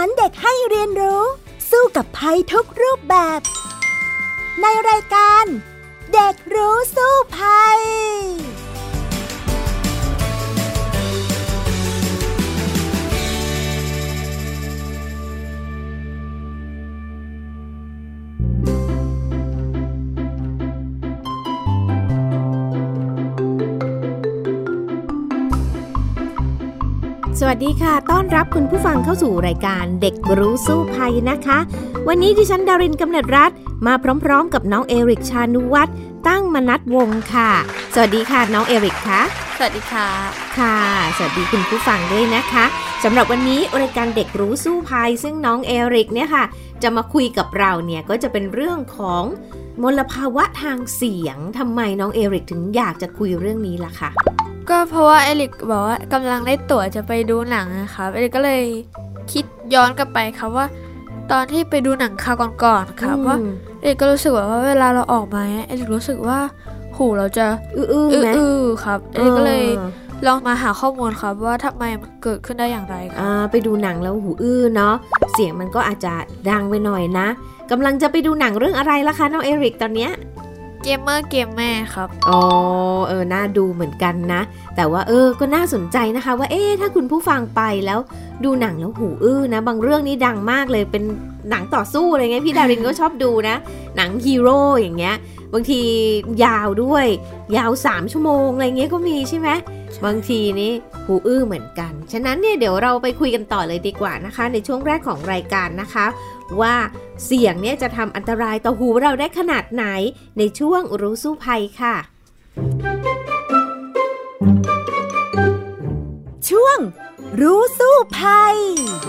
อนเด็กให้เรียนรู้สู้กับภัยทุกรูปแบบในรายการเด็กรู้สู้ภัยสวัสดีค่ะต้อนรับคุณผู้ฟังเข้าสู่รายการเด็กรู้สู้ภัยนะคะวันนี้ดิฉันดารินกำเนิดรัตน์มาพร้อมๆกับน้องเอริกชานุวัฒน์ตั้งมนัสวงศ์ค่ะสวัสดีค่ะน้องเอริกค่ะสวัสดีค่ะค่ะสวัสดีคุณผู้ฟังด้วยนะคะสำหรับวันนี้รายการเด็กรู้สู้ภัยซึ่งน้องเอริกเนี่ยค่ะจะมาคุยกับเราเนี่ยก็จะเป็นเรื่องของมลภาวะทางเสียงทำไมน้องเอริกถึงอยากจะคุยเรื่องนี้ล่ะคะก็เพราะว่าเอริกบอกว่ากำลังได้ตั๋วจะไปดูหนังนะคะเอริกก็เลยคิดย้อนกลับไปครับว่าตอนที่ไปดูหนังคราวก่อนๆครับว่าเอริกก็รู้สึกว่าเวลาเราออกมาเอริกรู้สึกว่าหูเราจะอื้อครับเอริกก็เลยลองมาหาข้อมูลครับว่าทำไมมันเกิดขึ้นได้อย่างไรครับไปดูหนังแล้วหูอื้อเนาะเสียงมันก็อาจจะดังไปหน่อยนะกำลังจะไปดูหนังเรื่องอะไรล่ะคะน้องเอริกตอนเนี้ยเกมแม่ครับอ๋อน่าดูเหมือนกันนะแต่ว่าก็น่าสนใจนะคะว่าถ้าคุณผู้ฟังไปแล้วดูหนังแล้วหูอื้อนะบางเรื่องนี้ดังมากเลยเป็นหนังต่อสู้อะไรเงี้ยพี่ดารินก็ชอบดูนะหนังฮีโร่อย่างเงี้ยบางทียาวด้วยยาว3ชั่วโมงอะไรเงี้ยก็มีใช่ไหมบางทีนี่หูอื้อเหมือนกันฉะนั้นเนี่ยเดี๋ยวเราไปคุยกันต่อเลยดีกว่านะคะในช่วงแรกของรายการนะคะว่าเสียงเนี่ยจะทำอันตรายต่อหูเราได้ขนาดไหนในช่วงรู้สู้ภัยค่ะช่วงรู้สู้ภัย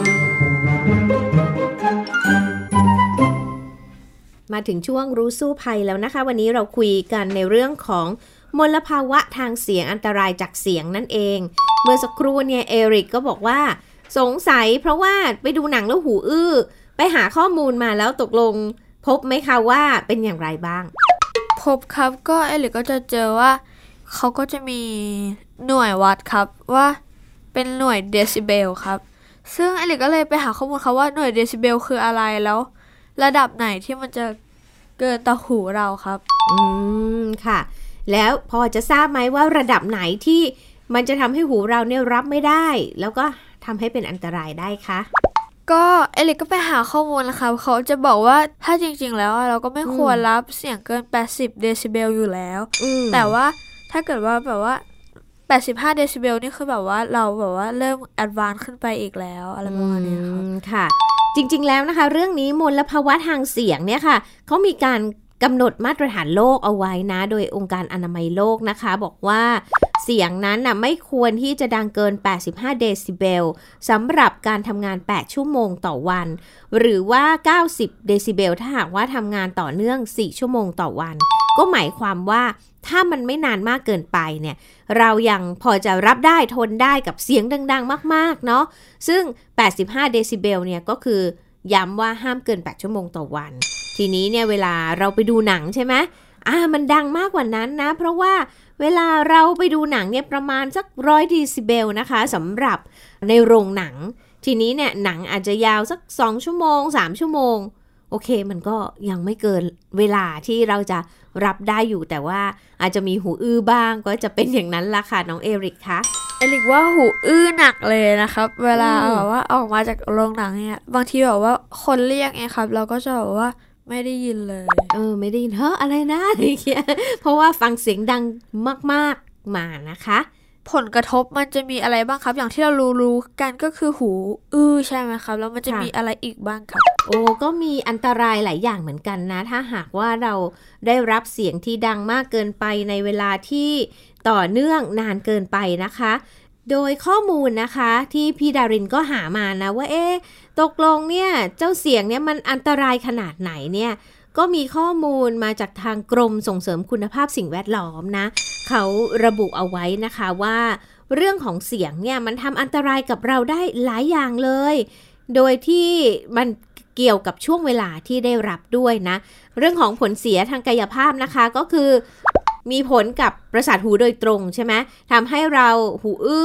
มาถึงช่วงรู้สู้ภัยแล้วนะคะวันนี้เราคุยกันในเรื่องของมลภาวะทางเสียงอันตรายจากเสียงนั่นเองเมื่อสักครู่เนี่ยเอริกก็บอกว่าสงสัยเพราะว่าไปดูหนังแล้วหูอื้อไปหาข้อมูลมาแล้วตกลงพบไหมคะว่าเป็นอย่างไรบ้างพบครับก็เอริกก็จะเจอว่าเขาก็จะมีหน่วยวัดครับว่าเป็นหน่วยเดซิเบลครับซึ่งเอริกก็เลยไปหาข้อมูลครับว่าหน่วยเดซิเบลคืออะไรแล้วระดับไหนที่มันจะเกินต่อหูเราครับค่ะแล้วพอจะทราบไหมว่าระดับไหนที่มันจะทำให้หูเราเนี่ยรับไม่ได้แล้วก็ทำให้เป็นอันตรายได้คะก็เอลิกก็ไปหาข้อมูลนะคะเขาจะบอกว่าถ้าจริงๆแล้วเราก็ไม่ควรรับเสียงเกิน80เดซิเบลอยู่แล้วแต่ว่าถ้าเกิดว่าแบบว่า85เดซิเบลนี่คือแบบว่าเราแบบว่าเริ่มแอดวานซ์ขึ้นไปอีกแล้วอะไรประมาณนี้ครับค่ะจริงๆแล้วนะคะเรื่องนี้มลภาวะทางเสียงเนี่ยค่ะเขามีการกำหนดมาตรฐานโลกเอาไว้นะโดยองค์การอนามัยโลกนะคะบอกว่าเสียงนั้นน่ะไม่ควรที่จะดังเกิน85เดซิเบลสำหรับการทำงาน8ชั่วโมงต่อวันหรือว่า90เดซิเบลถ้าหากว่าทำงานต่อเนื่อง4ชั่วโมงต่อวันก็หมายความว่าถ้ามันไม่นานมากเกินไปเนี่ยเรายังพอจะรับได้ทนได้กับเสียงดังๆมากๆเนาะซึ่ง85เดซิเบลเนี่ยก็คือย้ำว่าห้ามเกิน8ชั่วโมงต่อวันทีนี้เนี่ยเวลาเราไปดูหนังใช่ไหมมันดังมากกว่านั้นนะเพราะว่าเวลาเราไปดูหนังเนี่ยประมาณสัก100เดซิเบลนะคะสำหรับในโรงหนังทีนี้เนี่ยหนังอาจจะยาวสัก2ชั่วโมง3ชั่วโมงโอเคมันก็ยังไม่เกินเวลาที่เราจะรับได้อยู่แต่ว่าอาจจะมีหูอื้อบ้างก็จะเป็นอย่างนั้นล่ะค่ะน้องเอริกคะเอริกว่าหูอื้อหนักเลยนะครับเวลาแบบว่าออกมาจากโรงหนังเนี่ยบางทีแบบว่าคนเรียกไงครับเราก็จะแบบว่าไม่ได้ยินเลยไม่ได้ยินอะไรนะอะไรเงี้ยเพราะว่าฟังเสียงดังมากๆมานะคะผลกระทบมันจะมีอะไรบ้างครับอย่างที่เรารู้กันก็คือหูอื้อใช่ไหมครับแล้วมันจะมีอะไรอีกบ้างครับก็มีอันตรายหลายอย่างเหมือนกันนะถ้าหากว่าเราได้รับเสียงที่ดังมากเกินไปในเวลาที่ต่อเนื่องนานเกินไปนะคะโดยข้อมูลนะคะที่พี่ดารินก็หามานะว่าตกลงเนี่ยเจ้าเสียงเนี่ยมันอันตรายขนาดไหนเนี่ยก็มีข้อมูลมาจากทางกรมส่งเสริมคุณภาพสิ่งแวดล้อมนะเขาระบุเอาไว้นะคะว่าเรื่องของเสียงเนี่ยมันทำอันตรายกับเราได้หลายอย่างเลยโดยที่มันเกี่ยวกับช่วงเวลาที่ได้รับด้วยนะเรื่องของผลเสียทางกายภาพนะคะก็คือมีผลกับประสาทหูโดยตรงใช่ไหมทำให้เราหูอื้อ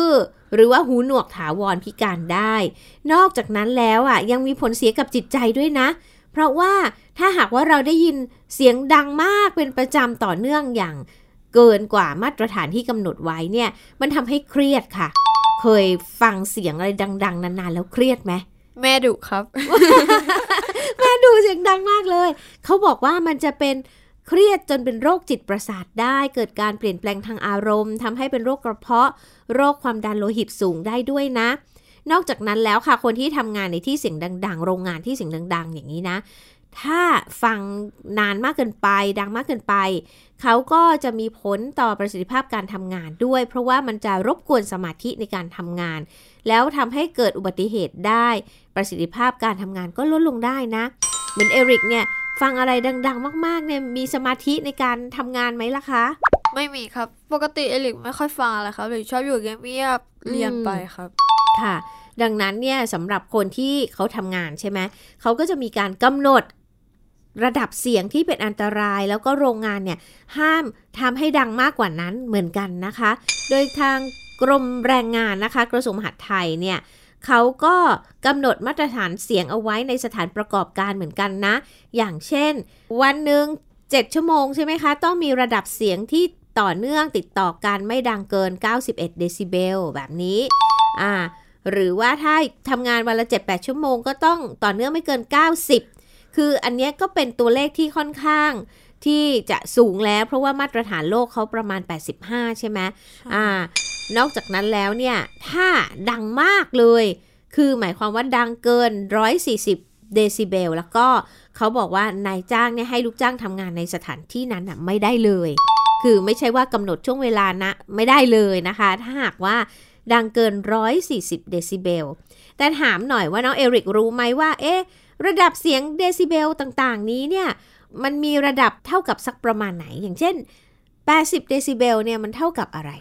หรือว่าหูหนวกถาวรพิการได้นอกจากนั้นแล้วยังมีผลเสียกับจิตใจด้วยนะเพราะว่าถ้าหากว่าเราได้ยินเสียงดังมากเป็นประจำต่อเนื่องอย่างเกินกว่ามาตรฐานที่กำหนดไว้เนี่ยมันทำให้เครียดค่ะเคยฟังเสียงอะไรดังๆนานๆแล้วเครียดไหมแม่ดุครับแม่ดุเสียงดังมากเลยเขาบอกว่ามันจะเป็นเครียดจนเป็นโรคจิตประสาทได้เกิดการเปลี่ยนแปลงทางอารมณ์ทำให้เป็นโรคกระเพาะโรคความดันโลหิตสูงได้ด้วยนะนอกจากนั้นแล้วค่ะคนที่ทำงานในที่เสียงดังๆโรงงานที่เสียงดังๆอย่างนี้นะถ้าฟังนานมากเกินไปดังมากเกินไปเขาก็จะมีผลต่อประสิทธิภาพการทำงานด้วยเพราะว่ามันจะรบกวนสมาธิในการทำงานแล้วทำให้เกิดอุบัติเหตุได้ประสิทธิภาพการทำงานก็ลดลงได้นะเหมือนเอริกเนี่ยฟังอะไรดังๆมากๆเนี่ยมีสมาธิในการทำงานไหมล่ะคะไม่มีครับปกติเอริกไม่ค่อยฟังอะไรครับเอริกชอบอยู่เงียบๆเรียนไปครับค่ะดังนั้นเนี่ยสำหรับคนที่เขาทำงานใช่ไหมเขาก็จะมีการกำหนดระดับเสียงที่เป็นอันตรายแล้วก็โรงงานเนี่ยห้ามทำให้ดังมากกว่านั้นเหมือนกันนะคะโดยทางกรมแรงงานนะคะกระทรวงมหาดไทยเนี่ยเขาก็กำหนดมาตรฐานเสียงเอาไว้ในสถานประกอบการเหมือนกันนะอย่างเช่นวันหนึ่ง7 ชั่วโมงใช่ไหมคะต้องมีระดับเสียงที่ต่อเนื่องติดต่อกันไม่ดังเกิน91เดซิเบลแบบนี้หรือว่าถ้าทำงานวันละ 7-8 ชั่วโมงก็ต้องต่อเนื่องไม่เกิน90คืออันนี้ก็เป็นตัวเลขที่ค่อนข้างที่จะสูงแล้วเพราะว่ามาตรฐานโลกเขาประมาณ85ใช่ไหมนอกจากนั้นแล้วเนี่ยถ้าดังมากเลยคือหมายความว่าดังเกิน140เดซิเบลแล้วก็เขาบอกว่านายจ้างเนี่ยให้ลูกจ้างทำงานในสถานที่นั้นไม่ได้เลยคือไม่ใช่ว่ากำหนดช่วงเวลานะไม่ได้เลยนะคะถ้าหากว่าดังเกิน140เดซิเบลแต่ถามหน่อยว่าน้องเอริกรู้ไหมว่าระดับเสียงเดซิเบลต่างๆนี้เนี่ยมันมีระดับเท่ากับสักประมาณไหนอย่างเช่น80เดซิเบลเนี่ยมันเท่ากับอะไร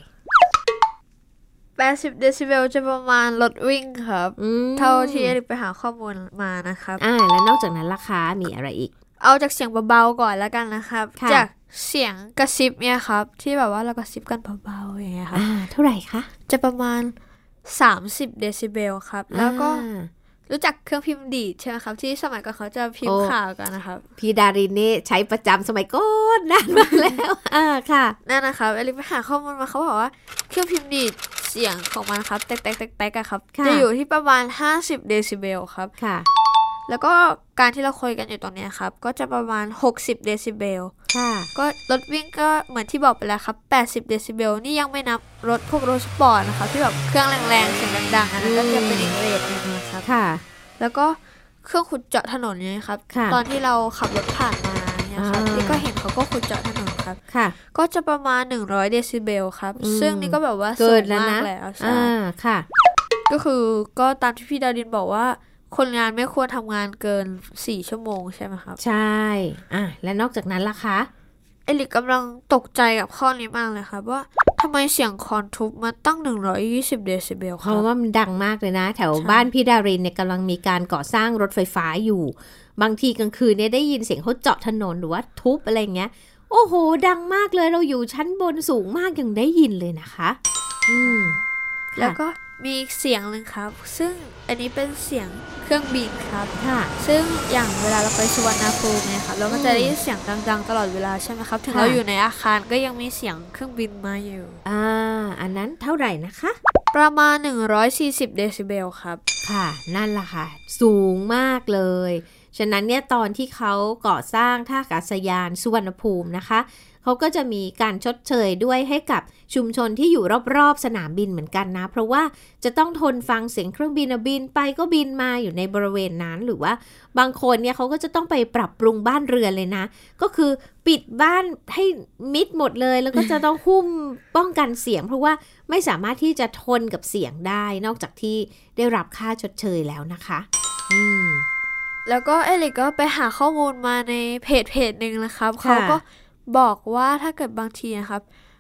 80เดซิเบลจะประมาณรถวิ่งครับเท่าที่เอริกไปหาข้อมูลมานะครับแล้วนอกจากนั้นราคามีอะไรอีกเอาจากเสียงเบาๆก่อนแล้วกันนะครับจากเสียงกระซิบเนี่ยครับที่แบบว่าเรากระซิบกันเบาๆอย่างเงี้ยครับเท่าไหร่คะจะประมาณ30เดซิเบลครับแล้วก็รู้จักเครื่องพิมพ์ดีดใช่ไหมครับที่สมัยก่อนเขาจะพิมพ์ข่าวกันนะครับพี่ดารินนี่ใช้ประจำสมัยก่อนนานมาแล้วค่ะนั่นนะครับเอลิไปหาข้อมูลมาเขาบอกว่าเครื่องพิมพ์ดีดเสียงของมันครับแตกๆครับจะอยู่ที่ประมาณ50เดซิเบลครับค่ะแล้วก็การที่เราคุยกันอยู่ตรงนี้ครับก็จะประมาณ60เดซิเบลค่ะก็รถวิ่งก็เหมือนที่บอกไปแล้วครับ80เดซิเบลนี่ยังไม่นับรถพวกรถสปอร์ตนะคะที่แบบเครื่องแรงๆเสียงดังๆอันนั้นก็จะเป็นอีกเรทนึงนะครับค่ะแล้วก็เครื่องขุดเจาะถนนเนี่ยครับตอนที่เราขับรถผ่านมาเนี่ยครับนี่ก็เห็นเขาก็ขุดเจาะถนนครับก็จะประมาณ100เดซิเบลครับซึ่งนี่ก็แบบว่าสูงมากแล้วใช่ค่ะก็คือก็ตามที่พี่ดารินบอกว่าคนงานไม่ควรทำงานเกิน4 ชั่วโมงใช่ไหมครับใช่และนอกจากนั้นล่ะคะเอลิกกำลังตกใจกับข้อนี้มากเลยครับว่าทำไมเสียงคอนทุบมาตั้ง120เดซิเบลครับเพราะว่ามันดังมากเลยนะแถวบ้านพี่ดารินเนี่ยกำลังมีการก่อสร้างรถไฟฟ้าอยู่บางทีกลางคืนเนี่ยได้ยินเสียงเขาเจาะถนนหรือว่าทุบอะไรเงี้ยโอ้โหดังมากเลยเราอยู่ชั้นบนสูงมากยังได้ยินเลยนะคะแล้วก็มีเสียงนึงครับซึ่งอันนี้เป็นเสียงเครื่องบินครับค่ะซึ่งอย่างเวลาเราไปสุวรรณภูมิเนี่ยครับเราก็จะได้ยินเสียงดังๆตลอดเวลาใช่ไหมครับถึงเราอยู่ในอาคารก็ยังมีเสียงเครื่องบินมาอยู่อันนั้นเท่าไหร่นะคะประมาณ140เดซิเบลครับค่ะนั่นล่ะค่ะสูงมากเลยฉะนั้นเนี่ยตอนที่เขาก่อสร้างท่าอากาศยานสุวรรณภูมินะคะเขาก็จะมีการชดเชยด้วยให้กับชุมชนที่อยู่รอบๆสนามบินเหมือนกันนะเพราะว่าจะต้องทนฟังเสียงเครื่องบินบินไปก็บินมาอยู่ในบริเวณนั้นหรือว่าบางคนเนี่ยเขาก็จะต้องไปปรับปรุงบ้านเรือนเลยนะก็คือปิดบ้านให้มิดหมดเลยแล้วก็จะต้องหุ้มป้องกันเสียงเพราะว่าไม่สามารถที่จะทนกับเสียงได้นอกจากที่ได้รับค่าชดเชยแล้วนะคะแล้วก็เอลิกก็ไปหาข้อมูลมาในเพจหนึ่งนะครับเขาก็บอกว่าถ้าเกิดบางทีนะครับ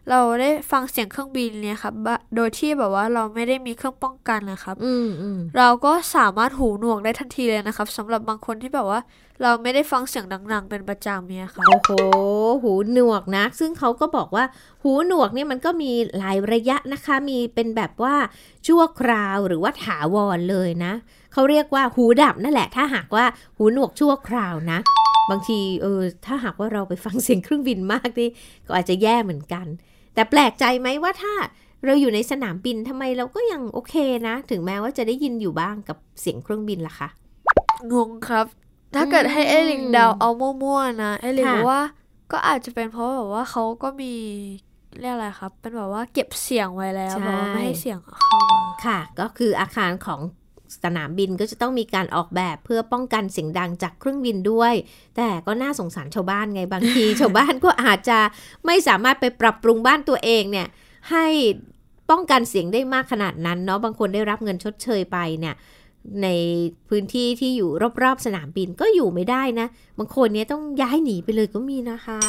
เราได้ฟังเสียงเครื่องบินเนี่ยครับโดยที่แบบว่าเราไม่ได้มีเครื่องป้องกันนะครับเราก็สามารถหูหนวกได้ทันทีเลยนะครับสำหรับบางคนที่แบบว่าเราไม่ได้ฟังเสียงดังๆเป็นประจำเนี่ยครับโอ้โหหูหนวกนะซึ่งเขาก็บอกว่าหูหนวกเนี่ยมันก็มีหลายระยะนะคะมีเป็นแบบว่าชั่วคราวหรือว่าถาวรเลยนะเขาเรียกว่าหูดับนั่นแหละถ้าหากว่าหูหนวกชั่วคราวนะบางทีถ้าหากว่าเราไปฟังเสียงเครื่องบินมากนี่ก็อาจจะแย่เหมือนกันแต่แปลกใจไหมว่าถ้าเราอยู่ในสนามบินทำไมเราก็ยังโอเคนะถึงแม้ว่าจะได้ยินอยู่บ้างกับเสียงเครื่องบินล่ะคะงงครับถ้าเกิดให้เอลิกเดาเอามั่วๆนะเอลิกว่าก็อาจจะเป็นเพราะแบบว่าเขาก็มีเรียกอะไรครับเป็นแบบว่าเก็บเสียงไว้แล้วแบบว่าไม่ให้เสียงเข้ามาค่ะก็คืออาคารของสนามบินก็จะต้องมีการออกแบบเพื่อป้องกันเสียงดังจากเครื่องบินด้วยแต่ก็น่าสงสารชาวบ้านไงบางที ชาวบ้านก็อาจจะไม่สามารถไปปรับปรุงบ้านตัวเองเนี่ยให้ป้องกันเสียงได้มากขนาดนั้นเนาะบางคนได้รับเงินชดเชยไปเนี่ยในพื้นที่ที่อยู่รอบๆสนามบินก็อยู่ไม่ได้นะบางคนเนี่ยต้องย้ายหนีไปเลยก็มีนะคะ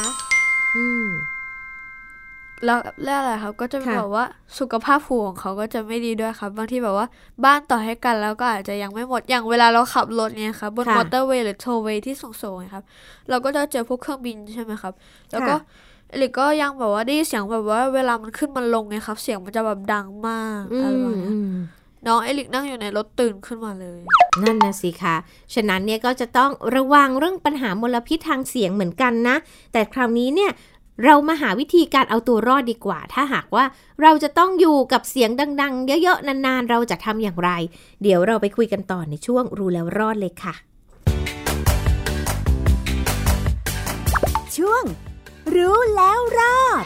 แล้วอะไรครับก็จะแบบว่าสุขภาพหูของเขาก็จะไม่ดีด้วยครับบางทีแบบว่าบ้านต่อให้กันแล้วก็อาจจะยังไม่หมดอย่างเวลาเราขับรถเนี่ยครับบนมอเตอร์เวย์หรือโทเวย์ที่สูงๆครับเราก็จะเจอพวกเครื่องบินใช่ไหมครับแล้วก็เอลิกก็ยังแบบว่าได้เสียงแบบว่าเวลามันขึ้นมันลงไงครับเสียงมันจะแบบดังมากอะไรแบบนี้น้องเอลิกนั่งอยู่ในรถตื่นขึ้นมาเลยนั่นนะสิคะฉะนั้นเนี่ยก็จะต้องระวังเรื่องปัญหามลพิษทางเสียงเหมือนกันนะแต่คราวนี้เนี่ยเรามาหาวิธีการเอาตัวรอดดีกว่าถ้าหากว่าเราจะต้องอยู่กับเสียงดังๆเยอะๆนานๆเราจะทำอย่างไรเดี๋ยวเราไปคุยกันต่อในช่วงรู้แล้วรอดเลยค่ะช่วงรู้แล้วรอด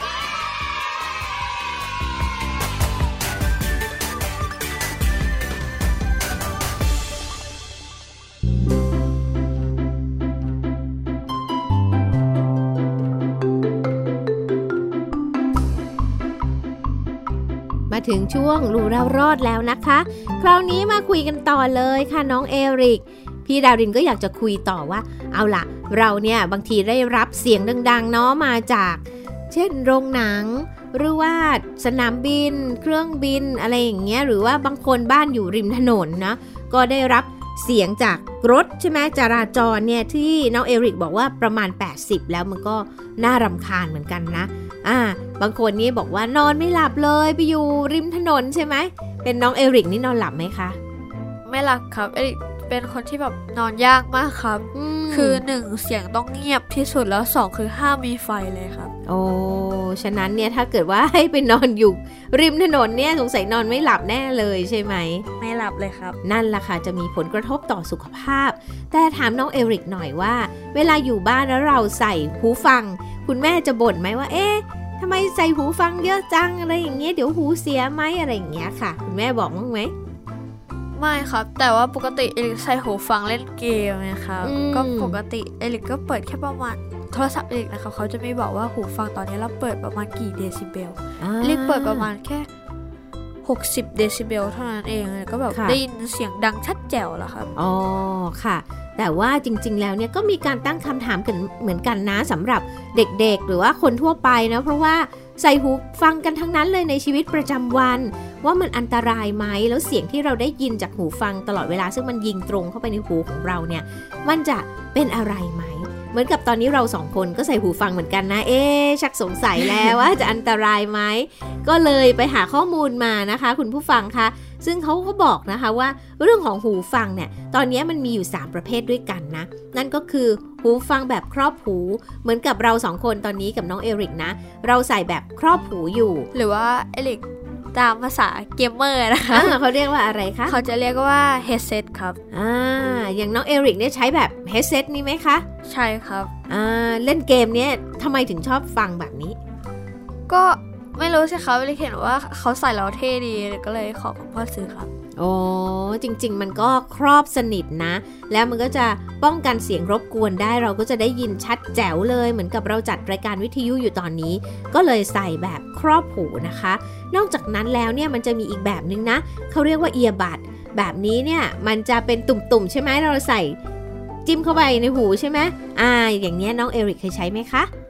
มาถึงช่วงรู้แล้วรอดแล้วนะคะคราวนี้มาคุยกันต่อเลยค่ะน้องเอริกพี่ดารินก็อยากจะคุยต่อว่าเอาล่ะเราเนี่ยบางทีได้รับเสียงดังๆเนาะมาจากเช่นโรงหนังหรือว่าสนามบินเครื่องบินอะไรอย่างเงี้ยหรือว่าบางคนบ้านอยู่ริมถนนนะก็ได้รับเสียงจากรถใช่ไหมจราจรเนี่ยที่น้องเอริกบอกว่าประมาณ80แล้วมันก็น่ารำคาญเหมือนกันนะบางคนนี่บอกว่านอนไม่หลับเลยไปอยู่ริมถนนใช่ไหมเป็นน้องเอริกนี่นอนหลับไหมคะไม่หลับครับเอริกเป็นคนที่แบบนอนยากมากครับคือ1เสียงต้องเงียบที่สุดแล้ว2คือห้ามมีไฟเลยครับโอ้ฉะนั้นเนี่ยถ้าเกิดว่าให้ไปนอนอยู่ริมถนนเนี่ยสงสัยนอนไม่หลับแน่เลยใช่ไหมไม่หลับเลยครับนั่นล่ะค่ะจะมีผลกระทบต่อสุขภาพแต่ถามน้องเอริกหน่อยว่าเวลาอยู่บ้านแล้วเราใส่หูฟังคุณแม่จะบ่นไหมว่าทำไมใส่หูฟังเยอะจังอะไรอย่างเงี้ยเดี๋ยวหูเสียไหมอะไรอย่างเงี้ยค่ะคุณแม่บอกมั้งไหมไม่ครับแต่ว่าปกติเอลิกใส่หูฟังเล่นเกมนะครับก็ปกติเอลิกก็เปิดแค่ประมาณโทรศัพท์เอลิกนะครับเขาจะไม่บอกว่าหูฟังตอนนี้เราเปิดประมาณกี่เดซิเบลเอลิกเปิดประมาณแค่60เดซิเบลเท่านั้นเองก็แบบได้ยินเสียงดังชัดแจ๋วแล้วครับอ๋อค่ะแต่ว่าจริงๆแล้วเนี่ยก็มีการตั้งคำถามกันเหมือนกันนะสำหรับเด็กๆหรือว่าคนทั่วไปนะเพราะว่าใส่หูฟังกันทั้งนั้นเลยในชีวิตประจำวันว่ามันอันตรายไหมแล้วเสียงที่เราได้ยินจากหูฟังตลอดเวลาซึ่งมันยิงตรงเข้าไปในหูของเราเนี่ยมันจะเป็นอะไรไหมเหมือนกับตอนนี้เรา2คนก็ใส่หูฟังเหมือนกันนะชักสงสัยแล้วว่าจะอันตรายไหมก็เลยไปหาข้อมูลมานะคะคุณผู้ฟังคะซึ่งเขาก็บอกนะคะว่าเรื่องของหูฟังเนี่ยตอนนี้มันมีอยู่3ประเภทด้วยกันนะนั่นก็คือหูฟังแบบครอบหูเหมือนกับเรา2คนตอนนี้กับน้องเอริกนะเราใส่แบบครอบหูอยู่หรือว่าเอริกตามภาษาเกมเมอร์นะคะเขาเรียกว่าอะไรคะเขาจะเรียกว่า headset ครับอย่างน้องเอริกเนี่ยใช้แบบ headset นี่ไหมคะใช่ครับเล่นเกมเนี่ยทำไมถึงชอบฟังแบบนี้ก็ไม่รู้สิครับเลยเห็นว่าเขาใส่แล้วเท่ดีก็เลยขอคุณพ่อซื้อครับโอ้จริงๆมันก็ครอบสนิทนะแล้วมันก็จะป้องกันเสียงรบกวนได้เราก็จะได้ยินชัดแจ๋วเลยเหมือนกับเราจัดรายการวิทยุอยู่ตอนนี้ก็เลยใส่แบบครอบหูนะคะนอกจากนั้นแล้วเนี่ยมันจะมีอีกแบบนึงนะเขาเรียกว่าเอียร์บัดแบบนี้เนี่ยมันจะเป็นตุ่มๆใช่ไหมเราใส่จิ้มเข้าไปในหูใช่ไหมอย่างเนี้ยน้องเอริกเคยใช้ไหมคะ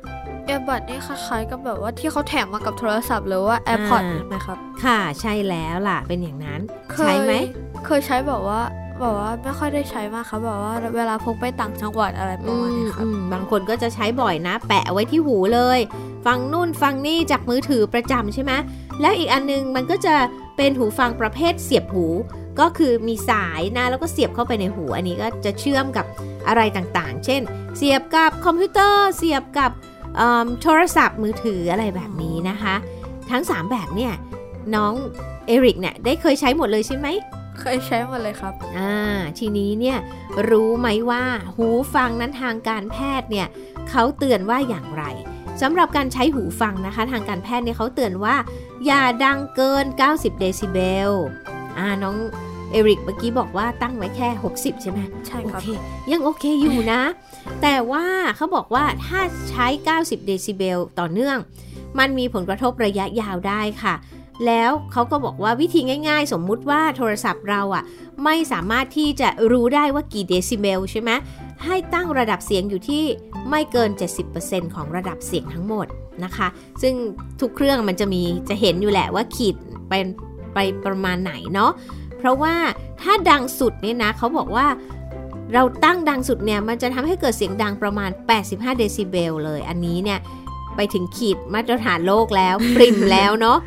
AirPods นี่คล้ายๆกับแบบว่าที่เขาแถมมากับโทรศัพท์หรือว่า AirPods ไหมครับค่ะใช่แล้วล่ะเป็นอย่างนั้นใช่ไหมเคยใช้แบบว่าไม่ค่อยได้ใช้มากครับแบบว่าเวลาพกไปต่างจังหวัดอะไรประมาณนี้ครับบางคนก็จะใช้บ่อยนะแปะไว้ที่หูเลยฟังนู่นฟังนี่จากมือถือประจำใช่ไหมแล้วอีกอันนึงมันก็จะเป็นหูฟังประเภทเสียบหูก็คือมีสายนะแล้วก็เสียบเข้าไปในหูอันนี้ก็จะเชื่อมกับอะไรต่างๆเช่นเสียบกับคอมพิวเตอร์เสียบกับโทรศัพท์มือถืออะไรแบบนี้นะคะทั้ง3แบบเนี่ยน้องเอริกเนี่ยได้เคยใช้หมดเลยใช่ไหมเคยใช้หมดเลยครับทีนี้เนี่ยรู้ไหมว่าหูฟังนั้นทางการแพทย์เนี่ยเขาเตือนว่าอย่างไรสำหรับการใช้หูฟังนะคะทางการแพทย์เนี่ยเขาเตือนว่าอย่าดังเกิน90เดซิเบลน้องเอริกเมื่อกี้บอกว่าตั้งไว้แค่60ใช่ไหมใช่ครับยังโอเคอยู่นะ แต่ว่าเขาบอกว่าถ้าใช้90เดซิเบลต่อเนื่องมันมีผลกระทบระยะยาวได้ค่ะแล้วเขาก็บอกว่าวิธีง่ายๆสมมุติว่าโทรศัพท์เราไม่สามารถที่จะรู้ได้ว่ากี่เดซิเบลใช่ไหมให้ตั้งระดับเสียงอยู่ที่ไม่เกิน 70% ของระดับเสียงทั้งหมดนะคะซึ่งทุกเครื่องมันจะเห็นอยู่แหละว่าขีดไปประมาณไหนเนาะเพราะว่าถ้าดังสุดเนี่ยนะเขาบอกว่าเราตั้งดังสุดเนี่ยมันจะทำให้เกิดเสียงดังประมาณ85เดซิเบลเลยอันนี้เนี่ยไปถึงขีดมาตรฐานโลกแล้ว ปริมแล้วเนาะ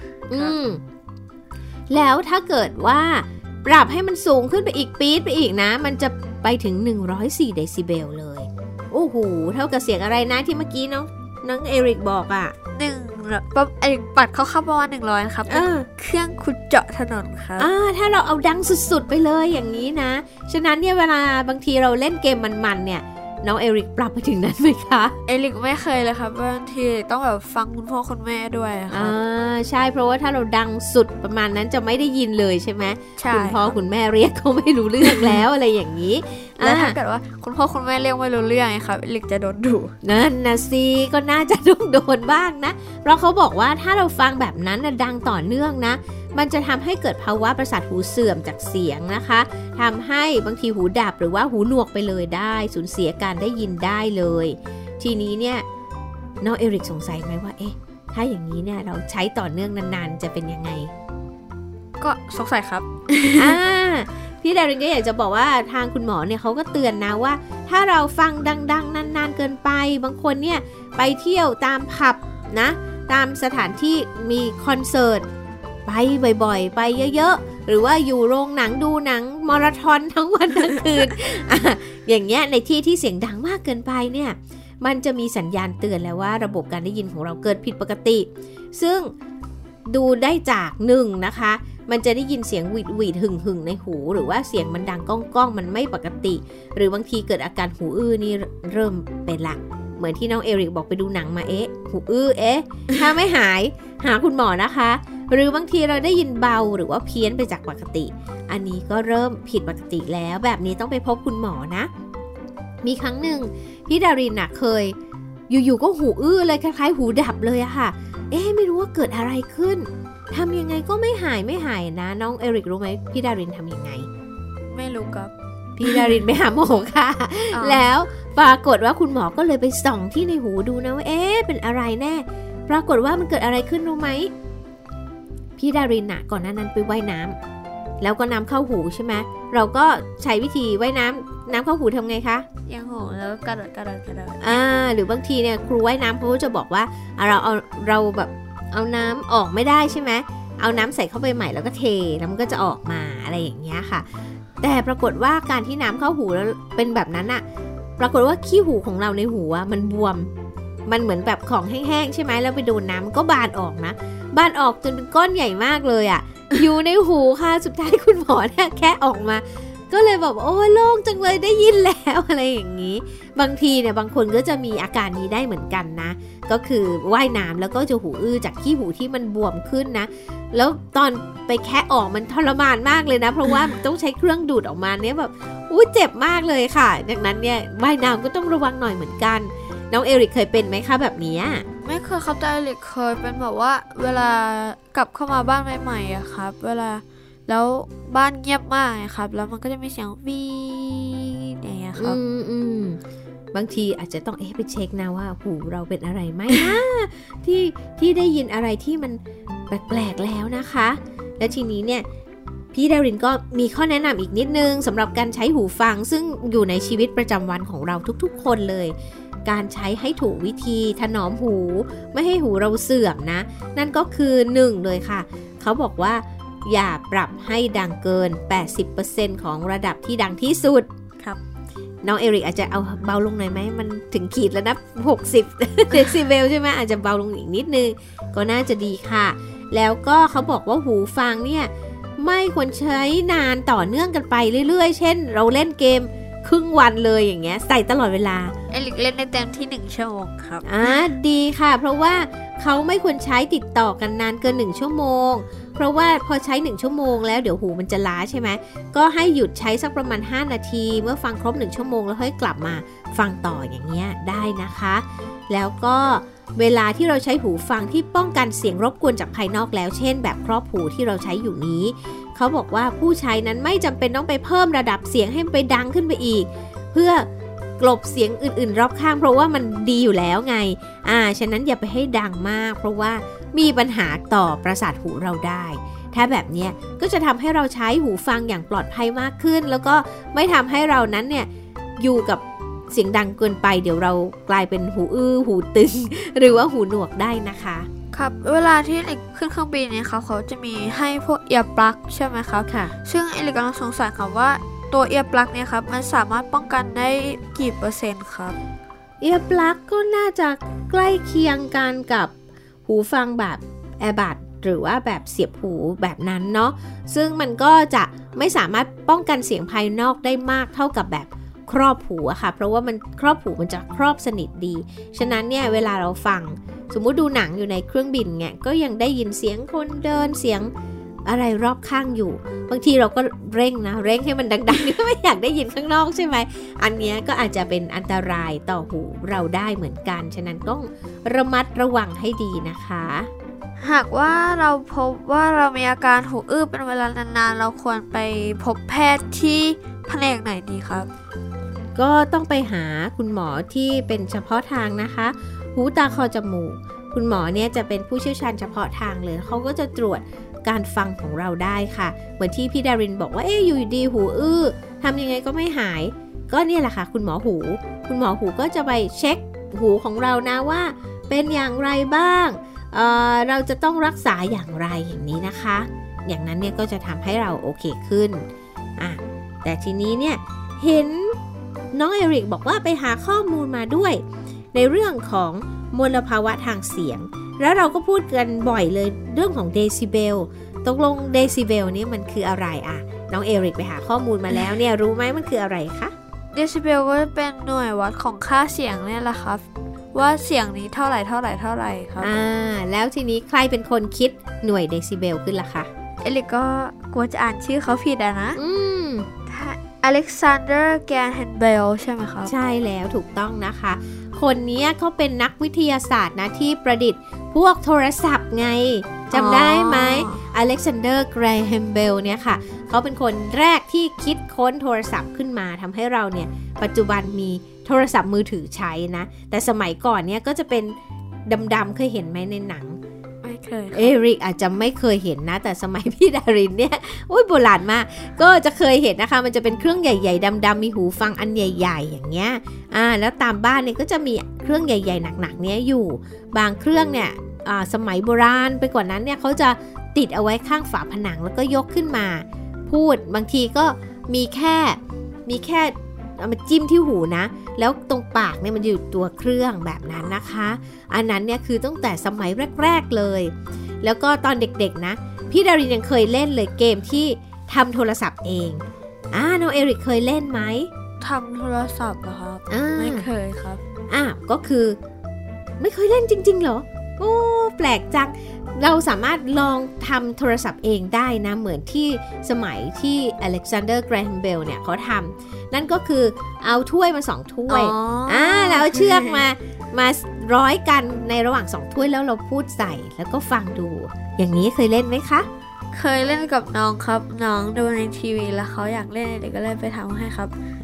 แล้วถ้าเกิดว่าปรับให้มันสูงขึ้นไปอีกปี๊ดไปอีกนะมันจะไปถึง104เดซิเบลเลยโอ้โหเท่ากับเสียงอะไรนะที่เมื่อกี้น้องเอริกบอกไอ้ปัดเขาเข้าประมาณ100ครับเครื่องขุดเจาะถนนครับถ้าเราเอาดังสุดๆไปเลยอย่างนี้นะฉะนั้นเนี่ยเวลาบางทีเราเล่นเกมมันๆเนี่ยน้องเอริกปรับไปถึงนั้นไหมคะเอริกไม่เคยเลยครับบางทีต้องแบบฟังคุณพ่อคุณแม่ด้วยครับใช่เพราะว่าถ้าเราดังสุดประมาณนั้นจะไม่ได้ยินเลยใช่ไหมคุณพ่อคุณแม่เรียกเขาไม่รู้เรื่องแล้วอะไรอย่างนี้แล้วถ้าเกิดว่าคุณพ่อคุณแม่เรียกไม่รู้เรื่องครับเอริกจะโดนดุนั่นนะสิก็น่าจะต้องโดนบ้างนะเพราะเขาบอกว่าถ้าเราฟังแบบนั้นดังต่อเนื่องนะมันจะทำให้เกิดภาวะประสาทหูเสื่อมจากเสียงนะคะทำให้บางทีหูดับหรือว่าหูหนวกไปเลยได้สูญเสียการได้ยินได้เลยทีนี้เนี่ยน้องเอริกสงสัยไหมว่าถ้าอย่างนี้เนี่ยเราใช้ต่อเนื่องนานๆจะเป็นยังไงก็สงสัยครับพี่ดารินก็อยากจะบอกว่าทางคุณหมอเนี่ยเขาก็เตือนนะว่าถ้าเราฟังดังๆนานๆเกินไปบางคนเนี่ยไปเที่ยวตามผับนะตามสถานที่มีคอนเสิร์ตไปบ่อยๆไปเยอะๆหรือว่าอยู่โรงหนังดูหนังมาราธอนทั้งวันทั้งคืน อย่างเงี้ยในที่เสียงดังมากเกินไปเนี่ยมันจะมีสัญญาณเตือนแล้วว่าระบบการได้ยินของเราเกิดผิดปกติซึ่งดูได้จาก1นะคะมันจะได้ยินเสียงหวีดหึ่งในหูหรือว่าเสียงมันดังก้องๆมันไม่ปกติหรือบางทีเกิดอาการหูอื้อนี่เริ่มเป็นละเหมือนที่น้องเอริกบอกไปดูหนังมาหูอื้อถ้าไม่หายหาคุณหมอนะคะหรือบางทีเราได้ยินเบาหรือว่าเพี้ยนไปจากปกติอันนี้ก็เริ่มผิดปกติแล้วแบบนี้ต้องไปพบคุณหมอนะมีครั้งหนึ่งพี่ดารินเคยอยู่ๆก็หูอื้อเลยคล้ายๆหูดับเลยอะค่ะไม่รู้ว่าเกิดอะไรขึ้นทำยังไงก็ไม่หายนะน้องเอริกรู้ไหมพี่ดารินทำยังไงไม่รู้ครับพี่ดารินไปหาหมอค่ะแล้วปรากฏว่าคุณหมอก็เลยไปส่องที่ในหูดูนะว่าเป็นอะไรแน่ปรากฏว่ามันเกิดอะไรขึ้นรู้ไหมพี่ดารินก่อนหน้านั้นไปว่ายน้ำแล้วก็น้ำเข้าหูใช่ไหมเราก็ใช้วิธีว่ายน้ำเข้าหูทำไงคะยังหูแล้วกระโดดหรือบางทีเนี่ยครูว่ายน้ำเขาจะบอกว่าเราแบบเอาน้ำออกไม่ได้ใช่ไหมเอาน้ำใส่เข้าไปใหม่แล้วก็เทแล้วมันก็จะออกมาอะไรอย่างเงี้ยค่ะแต่ปรากฏว่าการที่น้ำเข้าหูแล้วเป็นแบบนั้นปรากฏว่าขี้หูของเราในหูมันบวมมันเหมือนแบบของแห้งๆใช่ไหมแล้วไปโดนน้ำมันก็บานออกนะบานออกจนเป็นก้อนใหญ่มากเลยอยู่ในหูค่ะสุดท้ายคุณหมอเนี่ยแค่ออกมาก็เลยบอกโอ้ยโล่งจังเลยได้ยินแล้วอะไรอย่างนี้บางทีเนี่ยบางคนก็จะมีอาการนี้ได้เหมือนกันนะก็คือว่ายน้ำแล้วก็จะหูอื้อจากขี้หูที่มันบวมขึ้นนะแล้วตอนไปแคะออกมันทรมานมากเลยนะเพราะว่าต้องใช้เครื่องดูดออกมาเนี่ยแบบเจ็บมากเลยค่ะดังนั้นเนี่ยว่ายน้ำก็ต้องระวังหน่อยเหมือนกันน้องเอริกเคยเป็นไหมคะแบบนี้ไม่เคยครับแต่เอริกเคยเป็นแบบว่าเวลากลับเข้ามาบ้านใหม่ๆครับเวลาแล้วบ้านเงียบมากครับแล้วมันก็จะมีเสียงวีอย่างเงี้ยครับบางทีอาจจะต้องไปเช็คนะว่าหูเราเป็นอะไรไหมนะ ที่ได้ยินอะไรที่มันแปลกๆแล้วนะคะและทีนี้เนี่ยพี่ดารินก็มีข้อแนะนำอีกนิดนึงสำหรับการใช้หูฟังซึ่งอยู่ในชีวิตประจำวันของเราทุกๆคนเลยการใช้ให้ถูกวิธีถนอมหูไม่ให้หูเราเสื่อมนะนั่นก็คือ1เลยค่ะเขาบอกว่าอย่าปรับให้ดังเกิน 80% ของระดับที่ดังที่สุดครับน้องเอริกอาจจะเอาเบาลงหน่อยไหมมันถึงขีดแล้วนะ60 เดซิเบลใช่ไหมอาจจะเบาลงอีกนิดนึงก็น่าจะดีค่ะแล้วก็เขาบอกว่าหูฟังเนี่ยไม่ควรใช้นานต่อเนื่องกันไปเรื่อยๆเช่นเราเล่นเกมครึ่งวันเลยอย่างเงี้ยใส่ตลอดเวลาเอลิกเล่นได้เต็มที่1ชั่วโมงครับดีค่ะเพราะว่าเขาไม่ควรใช้ติดต่อกันนานเกิน1ชั่วโมงเพราะว่าพอใช้1ชั่วโมงแล้วเดี๋ยวหูมันจะล้าใช่ไหมก็ให้หยุดใช้สักประมาณ5นาทีเมื่อฟังครบ1ชั่วโมงแล้วค่อยกลับมาฟังต่ออย่างเงี้ยได้นะคะแล้วก็เวลาที่เราใช้หูฟังที่ป้องกันเสียงรบกวนจากภายนอกแล้วเช่นแบบครอบหูที่เราใช้อยู่นี้เขาบอกว่าผู้ใช้นั้นไม่จำเป็นต้องไปเพิ่มระดับเสียงให้มันไปดังขึ้นไปอีกเพื่อกลบเสียงอื่นๆรอบข้างเพราะว่ามันดีอยู่แล้วไงฉะนั้นอย่าไปให้ดังมากเพราะว่ามีปัญหาต่อประสาทหูเราได้ถ้าแบบนี้ก็จะทำให้เราใช้หูฟังอย่างปลอดภัยมากขึ้นแล้วก็ไม่ทำให้เรานั้นเนี่ยอยู่กับเสียงดังเกินไปเดี๋ยวเรากลายเป็นหูอื้อหูตึง หรือว่าหูหนวกได้นะคะครับเวลาที่เอลิกขึ้นเครื่องบินเนี่ยเขาจะมีให้พวกเอียร์ปลั๊กใช่ไหมครับค่ะซึ่งเอลิกกำลังสงสัยครับว่าตัวเอียร์ปลั๊กเนี่ยครับมันสามารถป้องกันได้กี่เปอร์เซ็นต์ครับเอียร์ปลั๊กก็น่าจะใกล้เคียงกันกับหูฟังแบบแอร์บัดหรือว่าแบบเสียบหูแบบนั้นเนาะซึ่งมันก็จะไม่สามารถป้องกันเสียงภายนอกได้มากเท่ากับแบบครอบหูอะค่ะเพราะว่ามันครอบหูมันจะครอบสนิทดีฉะนั้นเนี่ยเวลาเราฟังสมมุติดูหนังอยู่ในเครื่องบินเนี่ยก็ยังได้ยินเสียงคนเดินเสียงอะไรรอบข้างอยู่บางทีเราก็เร่งให้มันดังๆ ไม่อยากได้ยินข้างนอกใช่ไหมอันนี้ก็อาจจะเป็นอันตรายต่อหูเราได้เหมือนกันฉะนั้นต้องระมัดระวังให้ดีนะคะหากว่าเราพบว่าเรามีอาการหูอื้อเป็นเวลานานๆเราควรไปพบแพทย์ที่แผนกไหนดีครับก็ต้องไปหาคุณหมอที่เป็นเฉพาะทางนะคะหูตาคอจมูกคุณหมอเนี่ยจะเป็นผู้เชี่ยวชาญเฉพาะทางเลยเขาก็จะตรวจการฟังของเราได้ค่ะเหมือนที่พี่ดารินบอกว่าอยู่ดีหูอื้อทำยังไงก็ไม่หายก็เนี่ยแหละค่ะคุณหมอหูก็จะไปเช็คหูของเรานะว่าเป็นอย่างไรบ้างเราจะต้องรักษาอย่างไรอย่างนี้นะคะอย่างนั้นเนี่ยก็จะทำให้เราโอเคขึ้นแต่ทีนี้เนี่ยเห็นน้องเอริกบอกว่าไปหาข้อมูลมาด้วยในเรื่องของมลภาวะทางเสียงแล้วเราก็พูดกันบ่อยเลยเรื่องของเดซิเบลตกลงเดซิเบลนี่มันคืออะไรน้องเอริกไปหาข้อมูลมาแล้วเนี่ยรู้ไหมมันคืออะไรคะเดซิเบลก็จะเป็นหน่วยวัดของค่าเสียงเนี่ยแหละครับว่าเสียงนี้เท่าไหร่ครับแล้วทีนี้ใครเป็นคนคิดหน่วยเดซิเบลขึ้นล่ะคะเอลิกก็กลัวจะอ่านชื่อเขาผิดนะอเล็กซานเดอร์แกรแฮมเบลใช่ไหมครับใช่แล้วถูกต้องนะคะคนนี้เขาเป็นนักวิทยาศาสตร์นะที่ประดิษฐ์พวกโทรศัพท์ไงจำได้ไหมอเล็กซานเดอร์แกรแฮมเบลเนี่ยค่ะเขาเป็นคนแรกที่คิดค้นโทรศัพท์ขึ้นมาทำให้เราเนี่ยปัจจุบันมีโทรศัพท์มือถือใช้นะแต่สมัยก่อนเนี่ยก็จะเป็นดำๆเคยเห็นไหมในหนังไม่เคยเอริกอาจจะไม่เคยเห็นนะแต่สมัยพี่ดารินเนี่ยโบราณมากก็จะเคยเห็นนะคะมันจะเป็นเครื่องใหญ่ๆดำๆมีหูฟังอันใหญ่ๆอย่างเงี้ยแล้วตามบ้านเนี่ยก็จะมีเครื่องใหญ่ๆหนักๆเนี้ยอยู่บางเครื่องเนี่ยสมัยโบราณไปกว่านั้นเนี่ยเขาจะติดเอาไว้ข้างฝาผนังแล้วก็ยกขึ้นมาพูดบางทีก็มีแค่เอามาจิ้มที่หูนะแล้วตรงปากเนี่ยมันอยู่ตัวเครื่องแบบนั้นนะคะอันนั้นเนี่ยคือตั้งแต่สมัยแรกๆเลยแล้วก็ตอนเด็กๆนะพี่ดารินยังเคยเล่นเลยเกมที่ทำโทรศัพท์เองน้องเอริกเคยเล่นไหมทำโทรศัพท์เหรอครับไม่เคยครับก็คือไม่เคยเล่นจริงๆเหรอโอ้แปลกจังเราสามารถลองทำโทรศัพท์เองได้นะเหมือนที่สมัยที่อเล็กซานเดอร์แกรแฮมเบลเนี่ยเขาทำนั่นก็คือเอาถ้วยมา2ถ้วยแล้วเอาเชือกมาร้อยกันในระหว่าง2ถ้วยแล้วเราพูดใส่แล้วก็ฟังดูอย่างนี้เคยเล่นไหมคะเคยเล่นกับน้องครับน้องดูในทีวีแล้วเขาอยากเล่นเด็กก็เลยไปทำให้ครับ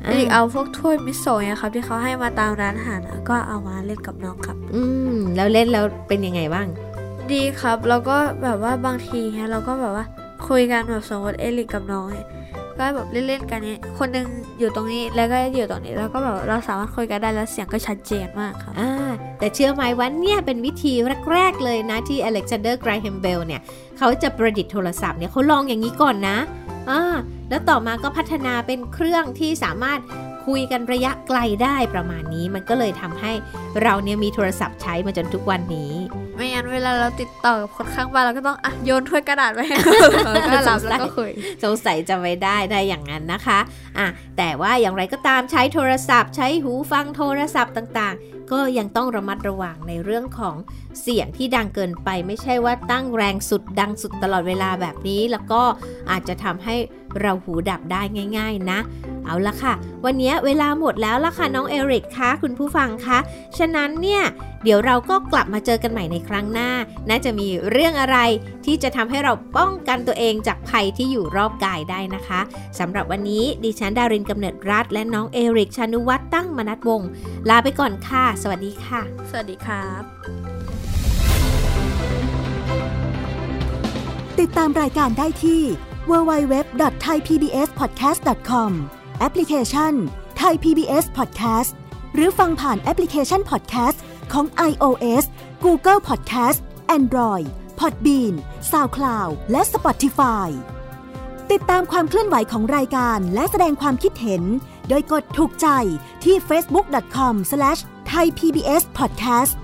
เอลิกเอาพวกถ้วยมิโซะเนี่ยครับที่เขาให้มาตามร้านอาหารก็เอามาเล่นกับน้องครับแล้วเล่นแล้วเป็นยังไงบ้างดีครับแล้วก็แบบว่าบางทีเนี่ยเราก็แบบว่าคุยกันแบบสมมติเอลิกกับน้องเนี่ยก็แบบเล่นๆกันเนี่ยคนนึงอยู่ตรงนี้แล้วก็อยู่ตรงนี้แล้วก็แบบเราสามารถคุยกันได้แล้วเสียงก็ชัดเจนมากครับแต่เชื่อไหมว่าเนี่ยเป็นวิธีแรกๆเลยนะที่อเล็กซานเดอร์ไกรแฮมเบลเนี่ยเขาจะประดิษฐ์โทรศัพท์เนี่ยเขาลองอย่างนี้ก่อนนะแล้วต่อมาก็พัฒนาเป็นเครื่องที่สามารถคุยกันระยะไกลได้ประมาณนี้มันก็เลยทำให้เราเนี่ยมีโทรศัพท์ใช้มาจนทุกวันนี้ไม่งั้นเวลาเราติดต่อกับคนข้างบ้านเราก็ต้องโยนถ้วยกระดาษไปให้เขาก็รับแล้วก็คุยสงสัยจะไม่ได้อย่างนั้นนะคะแต่ว่าอย่างไรก็ตามใช้โทรศัพท์ใช้หูฟังโทรศัพท์ต่างๆก็ยังต้องระมัดระวังในเรื่องของเสียงที่ดังเกินไปไม่ใช่ว่าตั้งแรงสุดดังสุดตลอดเวลาแบบนี้แล้วก็อาจจะทำให้เราหูดับได้ง่ายๆนะเอาละค่ะวันนี้เวลาหมดแล้วล่ะค่ะน้องเอริกคะคุณผู้ฟังคะฉะนั้นเนี่ยเดี๋ยวเราก็กลับมาเจอกันใหม่ในครั้งหน้าน่าจะมีเรื่องอะไรที่จะทำให้เราป้องกันตัวเองจากภัยที่อยู่รอบกายได้นะคะสำหรับวันนี้ดิฉันดารินกำเนิดรัตน์และน้องเอริกชานุวัฒน์ตั้งมนัสวงศ์ลาไปก่อนค่ะสวัสดีค่ะสวัสดีครับติดตามรายการได้ที่ www.thaipbspodcast.com แอปพลิเคชัน Thai PBS Podcast หรือฟังผ่านแอปพลิเคชัน Podcast ของ iOS Google Podcast Android Podbean SoundCloud และ Spotify ติดตามความเคลื่อนไหวของรายการและแสดงความคิดเห็นโดยกดถูกใจที่ facebook.com/thaipbspodcast